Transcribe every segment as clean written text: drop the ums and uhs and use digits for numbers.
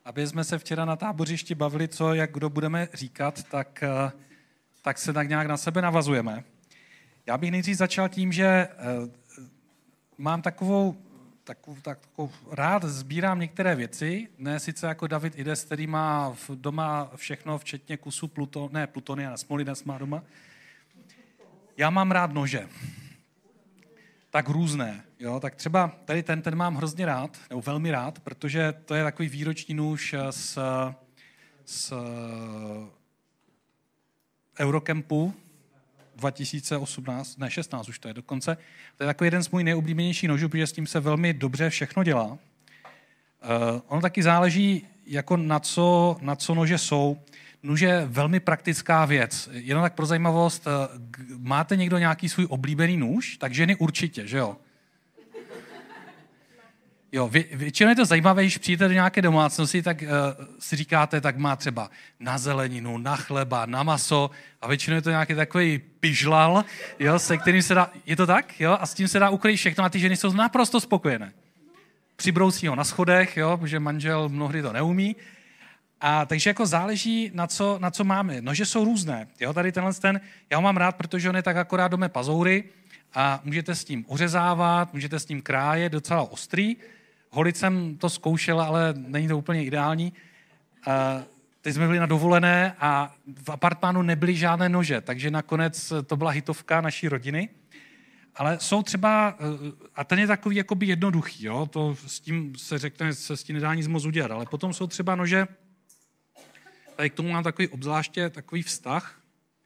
aby jsme se včera na tábořišti bavili, co, jak kdo budeme říkat, tak se tak nějak na sebe navazujeme. Já bych nejdřív začal tím, že mám takovou rád sbírám některé věci, ne sice jako David Ides, který má doma všechno, včetně kusu plutonia, Smolides má doma. Já mám rád nože. Tak různé. Jo? Tak třeba tady ten mám hrozně rád, nebo velmi rád, protože to je takový výroční nůž z Eurocampu 2018, ne 16 už to je dokonce. To je takový jeden z můj nejoblíbenějších nožů, protože s tím se velmi dobře všechno dělá. Ono taky záleží, jako na co nože jsou. Nůž je velmi praktická věc. Jenom tak pro zajímavost, máte někdo nějaký svůj oblíbený nůž? Tak ženy určitě, že jo? Jo, většinou je to zajímavé, když přijdete do nějaké domácnosti, tak si říkáte, tak má třeba na zeleninu, na chleba, na maso a většinou je to nějaký takový pižlal, jo, se kterým se dá, je to tak? Jo? A s tím se dá ukrýt všechno a ty ženy jsou naprosto spokojené. Přibrousí ho na schodech, jo, protože manžel mnohdy to neumí. A takže jako záleží, na co máme. Nože jsou různé. Jo, tady já ho mám rád, protože on je tak akorát do mé pazoury a můžete s tím ořezávat, můžete s ním krájet, docela ostrý. Holit jsem to zkoušel, ale není to úplně ideální. Teď jsme byli na dovolené a v apartmánu nebyly žádné nože, takže nakonec to byla hitovka naší rodiny. Ale jsou třeba, a ten je takový jakoby jednoduchý, jo? To s tím se řekne, se s tím nedá nic moc udělat, ale potom jsou třeba nože, tady k tomu mám takový obzvláště takový vztah.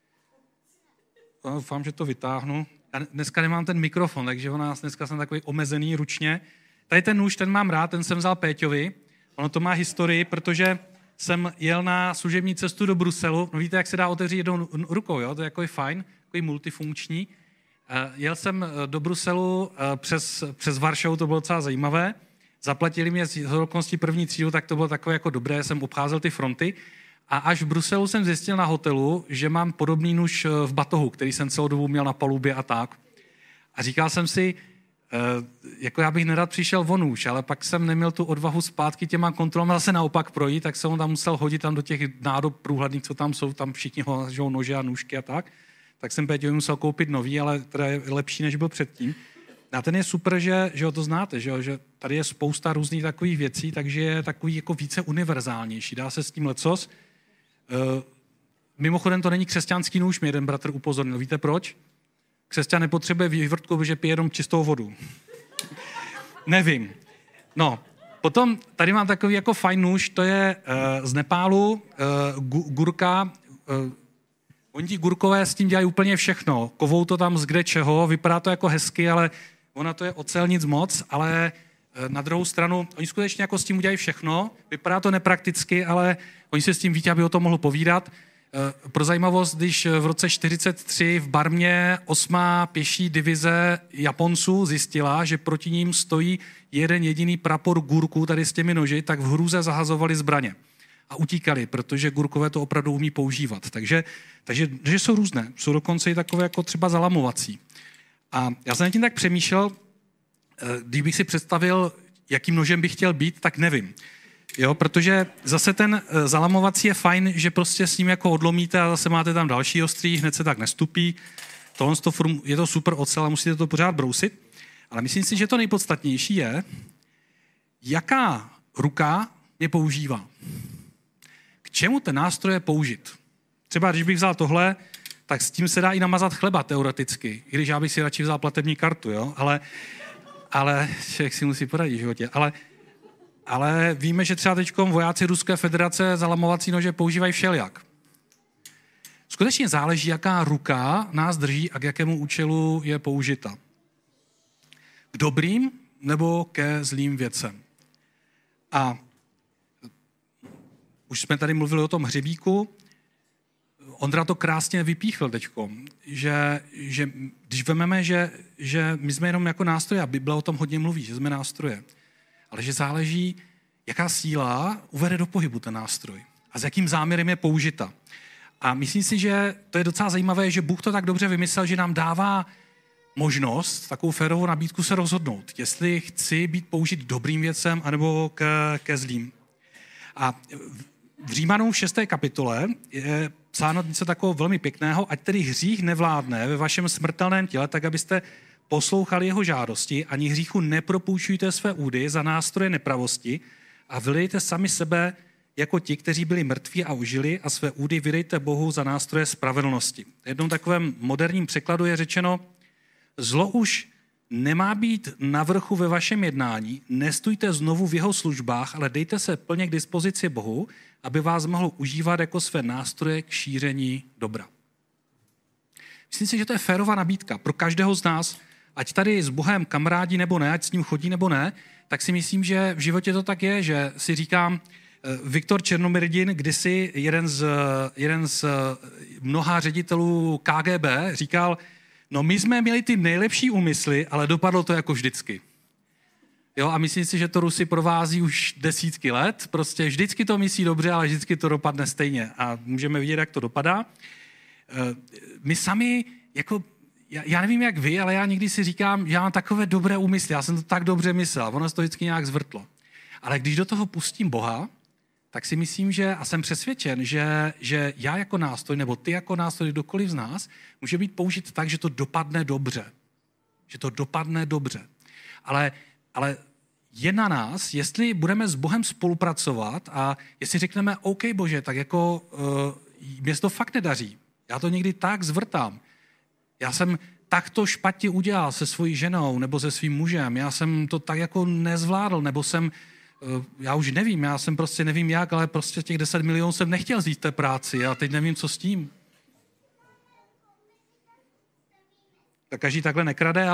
Doufám, že to vytáhnu. Já dneska nemám ten mikrofon, takže dneska jsem takový omezený ručně. Tady ten nůž, ten mám rád, ten jsem vzal Péťovi. Ono to má historii, protože jsem jel na služební cestu do Bruselu. No víte, jak se dá otevřít jednou rukou, jo? To je jako fajn, takový multifunkční. Jel jsem do Bruselu přes Varšavu, to bylo docela zajímavé. Zaplatili mě z okolností první třídu, tak to bylo takové jako dobré, jsem obcházel ty fronty. A až v Bruselu jsem zjistil na hotelu, že mám podobný nůž v batohu, který jsem celou dobu měl na palubě a tak. A říkal jsem si, jako já bych nerad přišel o nůž, ale pak jsem neměl tu odvahu zpátky těma kontrolama zase naopak projít, tak jsem ho tam musel hodit tam do těch nádob průhledných, co tam jsou, tam všichni ho nože a nůžky a tak. Tak jsem Péťovi musel koupit nový, ale teda je lepší, než byl předtím. A ten je super, že ho to znáte, že tady je spousta různých takových věcí, takže je takový jako více univerzálnější. Dá se s tím lecos. Mimochodem to není křesťanský nůž, mě jeden bratr upozornil. Víte proč? Křesťan nepotřebuje vývrtku, protože pije jenom čistou vodu. Nevím. No, potom tady mám takový jako fajn nůž, to je z Nepálu, gurka. Oni ti gurkové s tím dělají úplně všechno. Kovou to tam z kde čeho, vypadá to jako hezky, ale ona to je ocel nic moc, ale na druhou stranu, oni skutečně jako s tím udělají všechno, vypadá to neprakticky, ale oni se s tím víte, aby o tom mohl povídat. Pro zajímavost, když v roce 1943 v Barmě 8. pěší divize Japonců zjistila, že proti ním stojí jeden jediný prapor gurků tady s těmi noži, tak v hrůze zahazovali zbraně a utíkali, protože gurkové to opravdu umí používat. Takže jsou různé, jsou dokonce i takové jako třeba zalamovací. A já jsem tím tak přemýšlel, když bych si představil, jakým nožem bych chtěl být, tak nevím. Jo, protože zase ten zalamovací je fajn, že prostě s ním jako odlomíte a zase máte tam další ostrý, hned se tak nestupí. Je to super ocel a musíte to pořád brousit. Ale myslím si, že to nejpodstatnější je, jaká ruka je používá. K čemu ten nástroj je použit? Třeba když bych vzal tohle, tak s tím se dá i namazat chleba teoreticky, i když já bych si radši vzal platební kartu, jo? Ale člověk si musí poradit v životě. Ale víme, že třeba teďkom vojáci Ruské federace zalamovací nože používají všelijak. Skutečně záleží, jaká ruka nás drží a k jakému účelu je použita. K dobrým nebo ke zlým věcem. A už jsme tady mluvili o tom hřebíku. Ondra to krásně vypíchl teďkom, že když vememe, že my jsme jenom jako nástroje, a Bible o tom hodně mluví, že jsme nástroje, ale že záleží, jaká síla uvede do pohybu ten nástroj a s jakým záměrem je použita. A myslím si, že to je docela zajímavé, že Bůh to tak dobře vymyslel, že nám dává možnost, takovou férovou nabídku se rozhodnout, jestli chci být použit dobrým věcem anebo ke zlým. A v Římanům v 6. kapitole je psáno něco takového velmi pěkného, ať tedy hřích nevládne ve vašem smrtelném těle, tak abyste poslouchali jeho žádosti, ani hříchu nepropůjčujte své údy za nástroje nepravosti a vylejte sami sebe jako ti, kteří byli mrtví a užili a své údy vydejte Bohu za nástroje spravedlnosti. V jednom takovém moderním překladu je řečeno, zlo už nemá být na vrchu ve vašem jednání, nestůjte znovu v jeho službách, ale dejte se plně k dispozici Bohu, aby vás mohl užívat jako své nástroje k šíření dobra. Myslím si, že to je férová nabídka pro každého z nás, ať tady s Bohem kamarádí nebo ne, ať s ním chodí nebo ne, tak si myslím, že v životě to tak je, že si říkám, Viktor Černomyrdin, kdysi jeden z mnoha ředitelů KGB, říkal, no my jsme měli ty nejlepší úmysly, ale dopadlo to jako vždycky. Jo, a myslím si, že to Rusy provází už desítky let, prostě vždycky to myslí dobře, ale vždycky to dopadne stejně a můžeme vidět, jak to dopadá. My sami, jako, já nevím jak vy, ale já někdy si říkám, že já mám takové dobré úmysly, já jsem to tak dobře myslel, ono se to vždycky nějak zvrtlo. Ale když do toho pustím Boha, tak si myslím, že, a jsem přesvědčen, že já jako nástroj, nebo ty jako nástroj, kdokoliv z nás, může být použit tak, že to dopadne dobře. Že to dopadne dobře. Ale je na nás, jestli budeme s Bohem spolupracovat a jestli řekneme, OK Bože, tak jako mě se to fakt nedaří. Já to někdy tak zvrtám. Já jsem takto špatně udělal se svojí ženou nebo se svým mužem. Já jsem to tak jako nezvládl, nebo já už nevím, já jsem prostě nevím jak, ale prostě těch 10 milionů jsem nechtěl vzít té práci a teď nevím, co s tím. Tak každý takhle nekrade,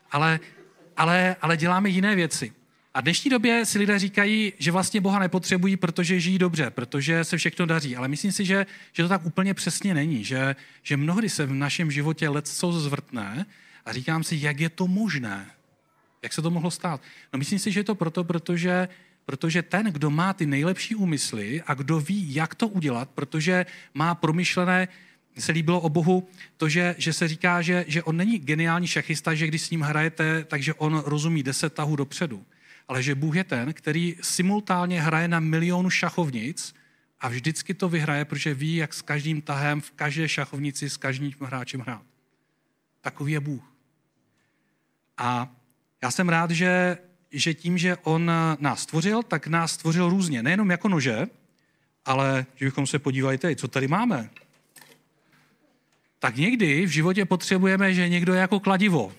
ale děláme jiné věci. A v dnešní době si lidé říkají, že vlastně Boha nepotřebují, protože žijí dobře, protože se všechno daří. Ale myslím si, že to tak úplně přesně není, že mnohdy se v našem životě lecco zvrtne a říkám si, jak je to možné, jak se to mohlo stát. No myslím si, že je to proto, protože ten, kdo má ty nejlepší úmysly a kdo ví, jak to udělat, protože má promyšlené, se líbilo o Bohu to, že se říká, že on není geniální šachista, že když s ním hrajete, takže on rozumí 10 tahů dopředu. Ale že Bůh je ten, který simultánně hraje na milionu šachovnic a vždycky to vyhraje, protože ví, jak s každým tahem v každé šachovnici s každým hráčem hrát. Takový je Bůh. A já jsem rád, že tím, že on nás stvořil, tak nás stvořil různě. Nejenom jako nože, ale že bychom se podívali tady, co tady máme. Tak někdy v životě potřebujeme, že někdo je jako kladivo.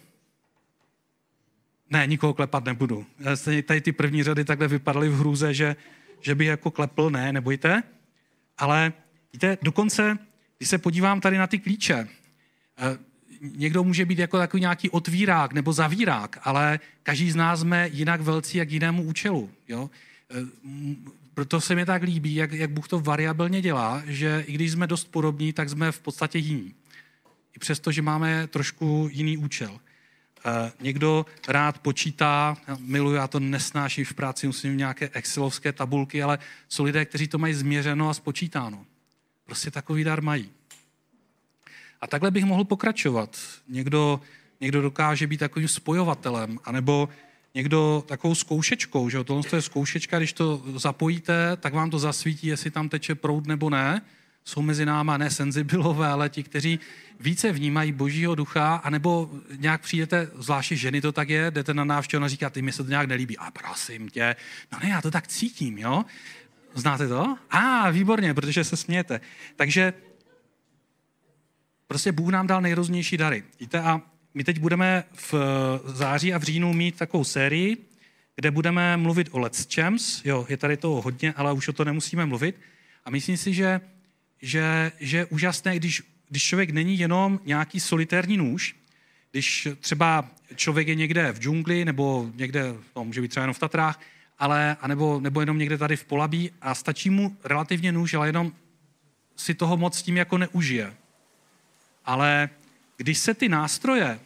Ne, nikoho klepat nebudu. Tady ty první řady takhle vypadaly v hrůze, že bych jako klepl, ne, nebojte. Ale víte, dokonce, když se podívám tady na ty klíče, někdo může být jako takový nějaký otvírák nebo zavírák, ale každý z nás jsme jinak velcí jak jinému účelu. Jo? Proto se mi tak líbí, jak Bůh to variabilně dělá, že i když jsme dost podobní, tak jsme v podstatě jiní. I přesto, že máme trošku jiný účel. Někdo rád počítá, miluji, já to nesnáším v práci, musím nějaké excelovské tabulky, ale jsou lidé, kteří to mají změřeno a spočítáno. Prostě takový dar mají. A takhle bych mohl pokračovat. Někdo dokáže být takovým spojovatelem, anebo někdo takovou zkoušečkou, že tohle je zkoušečka, když to zapojíte, tak vám to zasvítí, jestli tam teče proud nebo ne. Jsou mezi náma ne senzibilové, ale ti, kteří více vnímají Božího ducha, anebo nějak přijdete, zvláště ženy to tak je, jdete na návštěvu a říkáte, mi se to nějak nelíbí. A prosím tě, no ne, já to tak cítím, jo? Znáte to? Výborně, protože se smějete. Takže prostě Bůh nám dal nejrůznější dary. Víte, a my teď budeme v září a v říjnu mít takovou sérii, kde budeme mluvit o lecčems. Jo, je tady toho hodně, ale už o to nemusíme mluvit. A myslím si, že je úžasné, když člověk není jenom nějaký solitérní nůž, když třeba člověk je někde v džungli, nebo někde, no, může být třeba jenom v Tatrách, nebo jenom někde tady v Polabí a stačí mu relativně nůž, ale jenom si toho moc tím jako neužije. Ale když se ty nástroje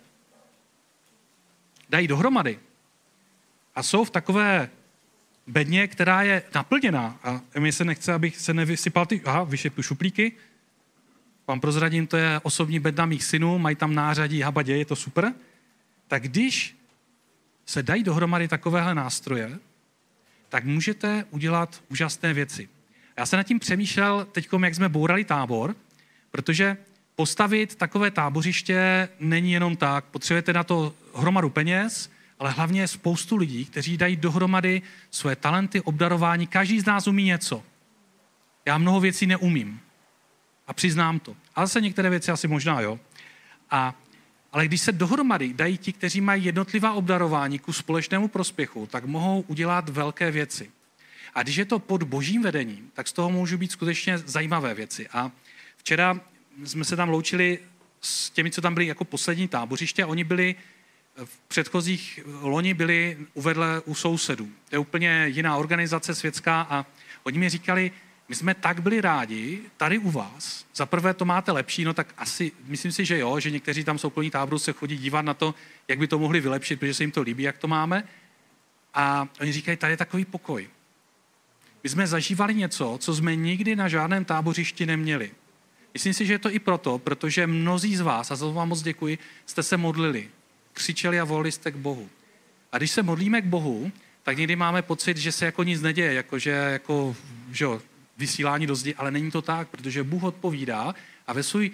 dají dohromady a jsou v takové bedně, která je naplněná, a mi se nechce, abych se nevysypal vyšepu šuplíky, vám prozradím, to je osobní bedna mých synů, mají tam nářadí habadě, je to super, tak když se dají dohromady takovéhle nástroje, tak můžete udělat úžasné věci. Já jsem nad tím přemýšlel teď, jak jsme bourali tábor, protože postavit takové tábořiště není jenom tak. Potřebujete na to hromadu peněz, ale hlavně spoustu lidí, kteří dají dohromady své talenty, obdarování. Každý z nás umí něco. Já mnoho věcí neumím. A přiznám to. Ale zase některé věci asi možná, jo. Ale když se dohromady dají ti, kteří mají jednotlivá obdarování ku společnému prospěchu, tak mohou udělat velké věci. A když je to pod božím vedením, tak z toho můžou být skutečně zajímavé věci. A včera jsme se tam loučili s těmi, co tam byli jako poslední tábořiště, a oni byli v předchozích loni byli u sousedů. To je úplně jiná organizace světská a oni mi říkali, my jsme tak byli rádi tady u vás. Za prvé to máte lepší, no tak asi, myslím si, že jo, že někteří tam soukromí táboru se chodí dívat na to, jak by to mohli vylepšit, protože se jim to líbí, jak to máme. A oni říkají, tady je takový pokoj. My jsme zažívali něco, co jsme nikdy na žádném tábořišti neměli. Myslím si, že je to i proto, protože mnozí z vás, a za to vám moc děkuji, jste se modlili, křičeli a volali jste k Bohu. A když se modlíme k Bohu, tak někdy máme pocit, že se jako nic neděje, že vysílání do zdi, ale není to tak, protože Bůh odpovídá a v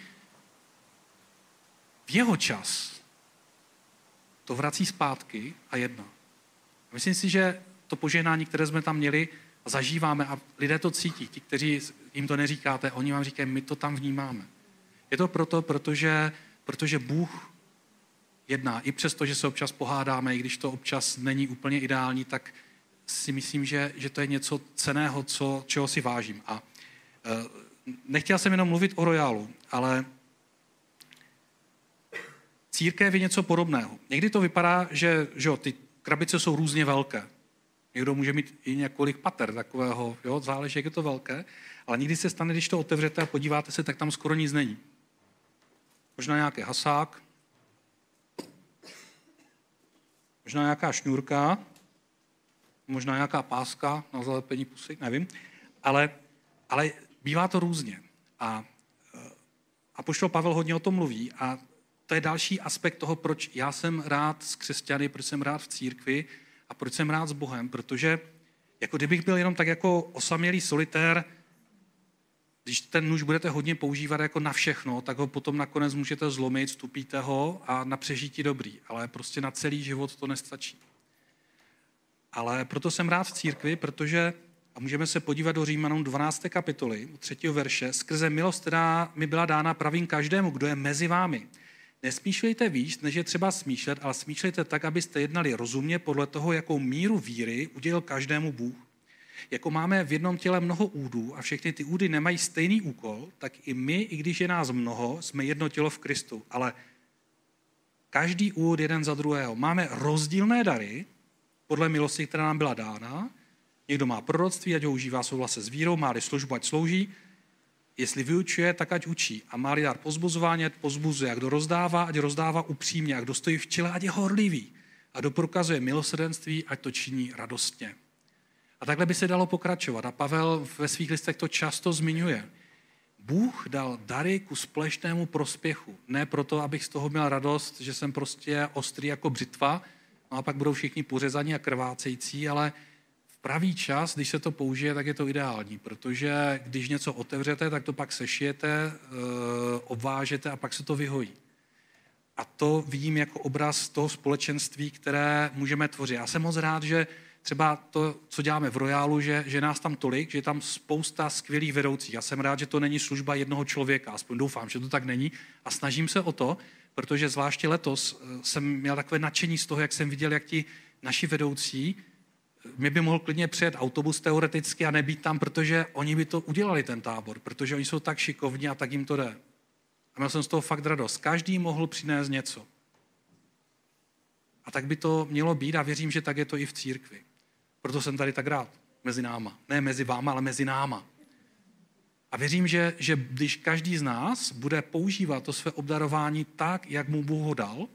jeho čas to vrací zpátky a jedná. A myslím si, že to požehnání, které jsme tam měli, zažíváme a lidé to cítí. Ti, kteří jim to neříkáte, oni vám říkají, my to tam vnímáme. Je to proto, protože Bůh jedná. I přesto, že se občas pohádáme, i když to občas není úplně ideální, tak si myslím, že to je něco cenného, čeho si vážím. A nechtěl jsem jenom mluvit o Royalu, ale církev je něco podobného. Někdy to vypadá, že ty krabice jsou různě velké. Někdo může mít i několik pater takového, jo, záleží, jak je to velké, ale někdy se stane, když to otevřete a podíváte se, tak tam skoro nic není. Možná nějaký hasák, možná nějaká šňůrka, možná nějaká páska na zalepení pusy, nevím, ale bývá to různě. A apoštol Pavel hodně o tom mluví a to je další aspekt toho, proč já jsem rád s křesťany, proč jsem rád v církvi a proč jsem rád s Bohem, protože jako kdybych byl jenom tak jako osamělý solitér, když ten nůž budete hodně používat jako na všechno, tak ho potom nakonec můžete zlomit, stupíte ho a na přežití dobrý, ale prostě na celý život to nestačí. Ale proto jsem rád v církvi, protože, a můžeme se podívat do Římanům 12. kapitoly, 3. verše, skrze milost, která mi byla dána, pravím každému, kdo je mezi vámi. Nesmýšlejte víc, než je třeba smýšlet, ale smýšlejte tak, abyste jednali rozumně podle toho, jakou míru víry udělil každému Bůh. Jako máme v jednom těle mnoho údů a všechny ty údy nemají stejný úkol, tak i my, i když je nás mnoho, jsme jedno tělo v Kristu. Ale každý úd jeden za druhého. Máme rozdílné dary podle milosti, která nám byla dána. Někdo má proroctví, ať ho užívá souhlase s vírou, má-li službu, ať slouží. Jestli vyučuje, tak ať učí. A má-li dar pozbuzování, ať pozbuzuje. A kdo rozdává, ať rozdává upřímně. A kdo stojí v čele, ať je horlivý. A kdo prokazuje milosrdenství, ať to činí radostně. A takhle by se dalo pokračovat. A Pavel ve svých listech to často zmiňuje. Bůh dal dary ku společnému prospěchu. Ne proto, abych z toho měl radost, že jsem prostě ostrý jako břitva, no a pak budou všichni pořezaní a krvácející, ale v pravý čas, když se to použije, tak je to ideální, protože když něco otevřete, tak to pak sešijete, obvážete a pak se to vyhojí. A to vidím jako obraz toho společenství, které můžeme tvořit. Já jsem moc rád, že třeba to, co děláme v Royalu, že nás tam tolik, že je tam spousta skvělých vedoucích. Já jsem rád, že to není služba jednoho člověka, aspoň doufám, že to tak není a snažím se o to, protože zvláště letos jsem měl takové nadšení z toho, jak jsem viděl, jak ti naši vedoucí, mě by mohl klidně přijet autobus teoreticky a nebýt tam, protože oni by to udělali ten tábor, protože oni jsou tak šikovní a tak jim to jde. A měl jsem z toho fakt radost. Každý mohl přinést něco. A tak by to mělo být a věřím, že tak je to i v církvi. Proto jsem tady tak rád mezi náma. Ne mezi váma, ale mezi náma. A věřím, že když každý z nás bude používat to své obdarování tak, jak mu Bůh ho dal,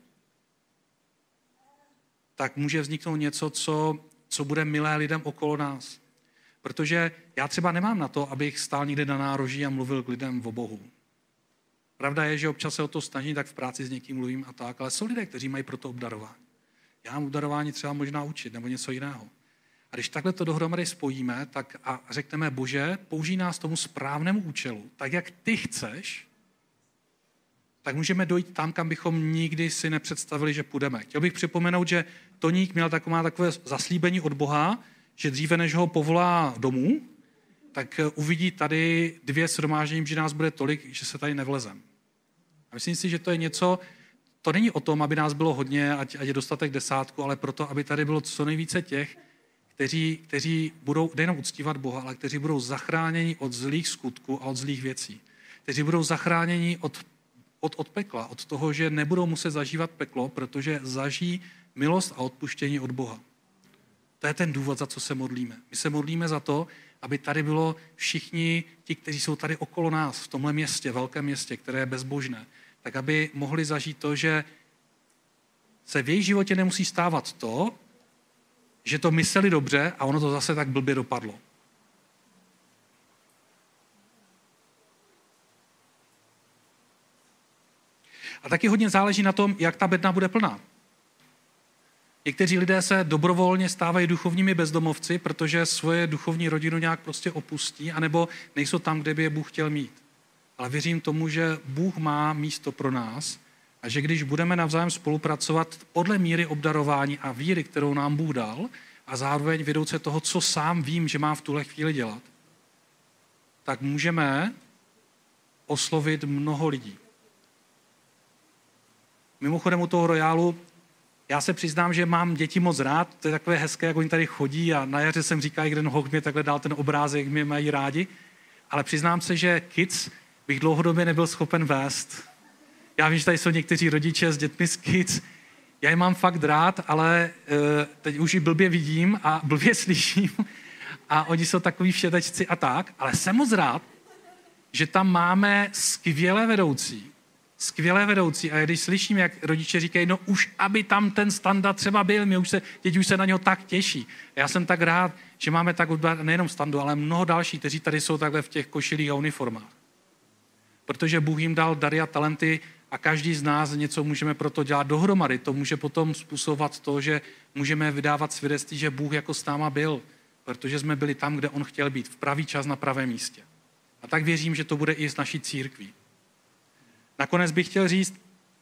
tak může vzniknout něco, co bude milé lidem okolo nás. Protože já třeba nemám na to, abych stál někde na nároží a mluvil k lidem o Bohu. Pravda je, že občas se o to snažím, tak v práci s někým mluvím a tak, ale jsou lidé, kteří mají pro to obdarování. Já mám obdarování třeba možná učit nebo něco jiného. A když takhle to dohromady spojíme tak a řekneme, Bože, použij nás tomu správnému účelu, tak jak ty chceš, tak můžeme dojít tam, kam bychom nikdy si nepředstavili, že půjdeme. Chtěl bych připomenout, že Toník měl takové zaslíbení od Boha, že dříve než ho povolá domů, tak uvidí tady 2 shromáždění, že nás bude tolik, že se tady nevlezem. A myslím si, že to je něco, to není o tom, aby nás bylo hodně, ať je dostatek 10, ale proto, aby tady bylo co nejvíce těch, kteří budou nejenom uctívat Boha, ale kteří budou zachráněni od zlých skutků a od zlých věcí. Kteří budou zachráněni od pekla, od toho, že nebudou muset zažívat peklo, protože zažijí milost a odpuštění od Boha. To je ten důvod, za co se modlíme. My se modlíme za to, aby tady bylo všichni ti, kteří jsou tady okolo nás, v tomhle městě, velkém městě, které je bezbožné, tak aby mohli zažít to, že se v jejich životě nemusí stávat to, že to mysleli dobře a ono to zase tak blbě dopadlo. A taky hodně záleží na tom, jak ta bedna bude plná. Někteří lidé se dobrovolně stávají duchovními bezdomovci, protože svoje duchovní rodinu nějak prostě opustí, anebo nejsou tam, kde by je Bůh chtěl mít. Ale věřím tomu, že Bůh má místo pro nás a že když budeme navzájem spolupracovat podle míry obdarování a víry, kterou nám Bůh dal, a zároveň vědouce toho, co sám vím, že mám v tuhle chvíli dělat, tak můžeme oslovit mnoho lidí. Mimochodem u toho Royálu, já se přiznám, že mám děti moc rád, to je takové hezké, jak oni tady chodí a na jaře jsem říkal, jeden Hoch mě takhle dal ten obrázek, jak mě mají rádi, ale přiznám se, že kids bych dlouhodobě nebyl schopen vést. Já vím, že tady jsou někteří rodiče s dětmi z kids, já je mám fakt rád, ale teď už ji blbě vidím a blbě slyším a oni jsou takový všetečci a tak, ale jsem moc rád, že tam máme skvělé vedoucí a když slyším, jak rodiče říkají, no už aby tam ten Standa třeba byl, děti už se na něho tak těší. Já jsem tak rád, že máme tak nejenom Standu, ale mnoho dalších, kteří tady jsou takhle v těch košilích a uniformách. Protože Bůh jim dal dary a talenty a každý z nás něco můžeme proto dělat dohromady. To může potom způsobovat to, že můžeme vydávat svědectví, že Bůh jako s náma byl, protože jsme byli tam, kde on chtěl být, v pravý čas na pravém místě. A tak věřím, že to bude i s naší církví. Nakonec bych chtěl říct,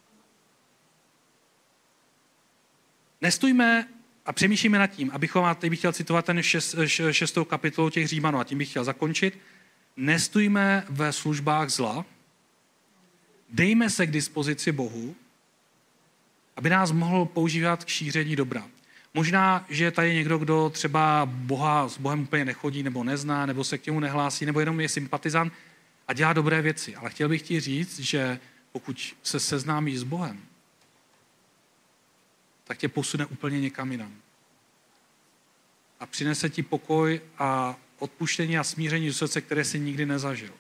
nestůjme a přemýšlíme nad tím, a teď bych chtěl citovat ten 6. kapitolu těch Římanů a tím bych chtěl zakončit, nestůjme ve službách zla, dejme se k dispozici Bohu, aby nás mohl používat k šíření dobra. Možná, že je tady někdo, kdo třeba s Bohem úplně nechodí, nebo nezná, nebo se k němu nehlásí, nebo jenom je sympatizant a dělá dobré věci. Ale chtěl bych ti říct, že pokud se seznámíš s Bohem, tak tě posune úplně někam jinam. A přinese ti pokoj a odpuštění a smíření do srdce, které jsi nikdy nezažil.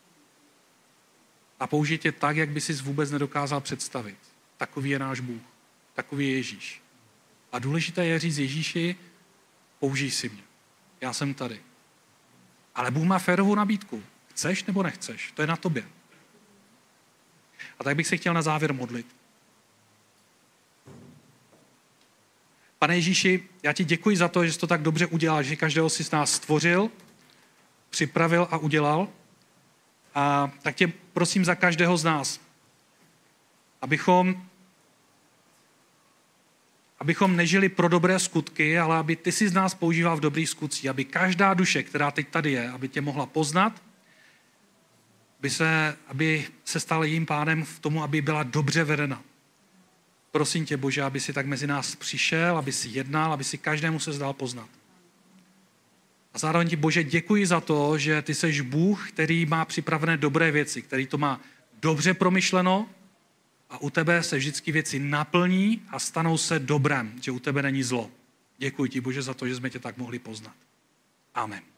A použije tě tak, jak by si vůbec nedokázal představit. Takový je náš Bůh. Takový je Ježíš. A důležité je říct Ježíši, použij si mě. Já jsem tady. Ale Bůh má férovou nabídku. Chceš nebo nechceš? To je na tobě. A tak bych se chtěl na závěr modlit. Pane Ježíši, já ti děkuji za to, že jsi to tak dobře udělal, že každého jsi z nás stvořil, připravil a udělal. A tak tě prosím za každého z nás, abychom nežili pro dobré skutky, ale aby ty si z nás používal v dobrých skutcích, aby každá duše, která teď tady je, aby tě mohla poznat, aby se stala jejím pánem v tomu, aby byla dobře vedena. Prosím tě, Bože, aby si tak mezi nás přišel, aby si jednal, aby si každému se zdal poznat. A zároveň ti, Bože, děkuji za to, že ty seš Bůh, který má připravené dobré věci, který to má dobře promyšleno a u tebe se vždycky věci naplní a stanou se dobrem, že u tebe není zlo. Děkuji ti, Bože, za to, že jsme tě tak mohli poznat. Amen.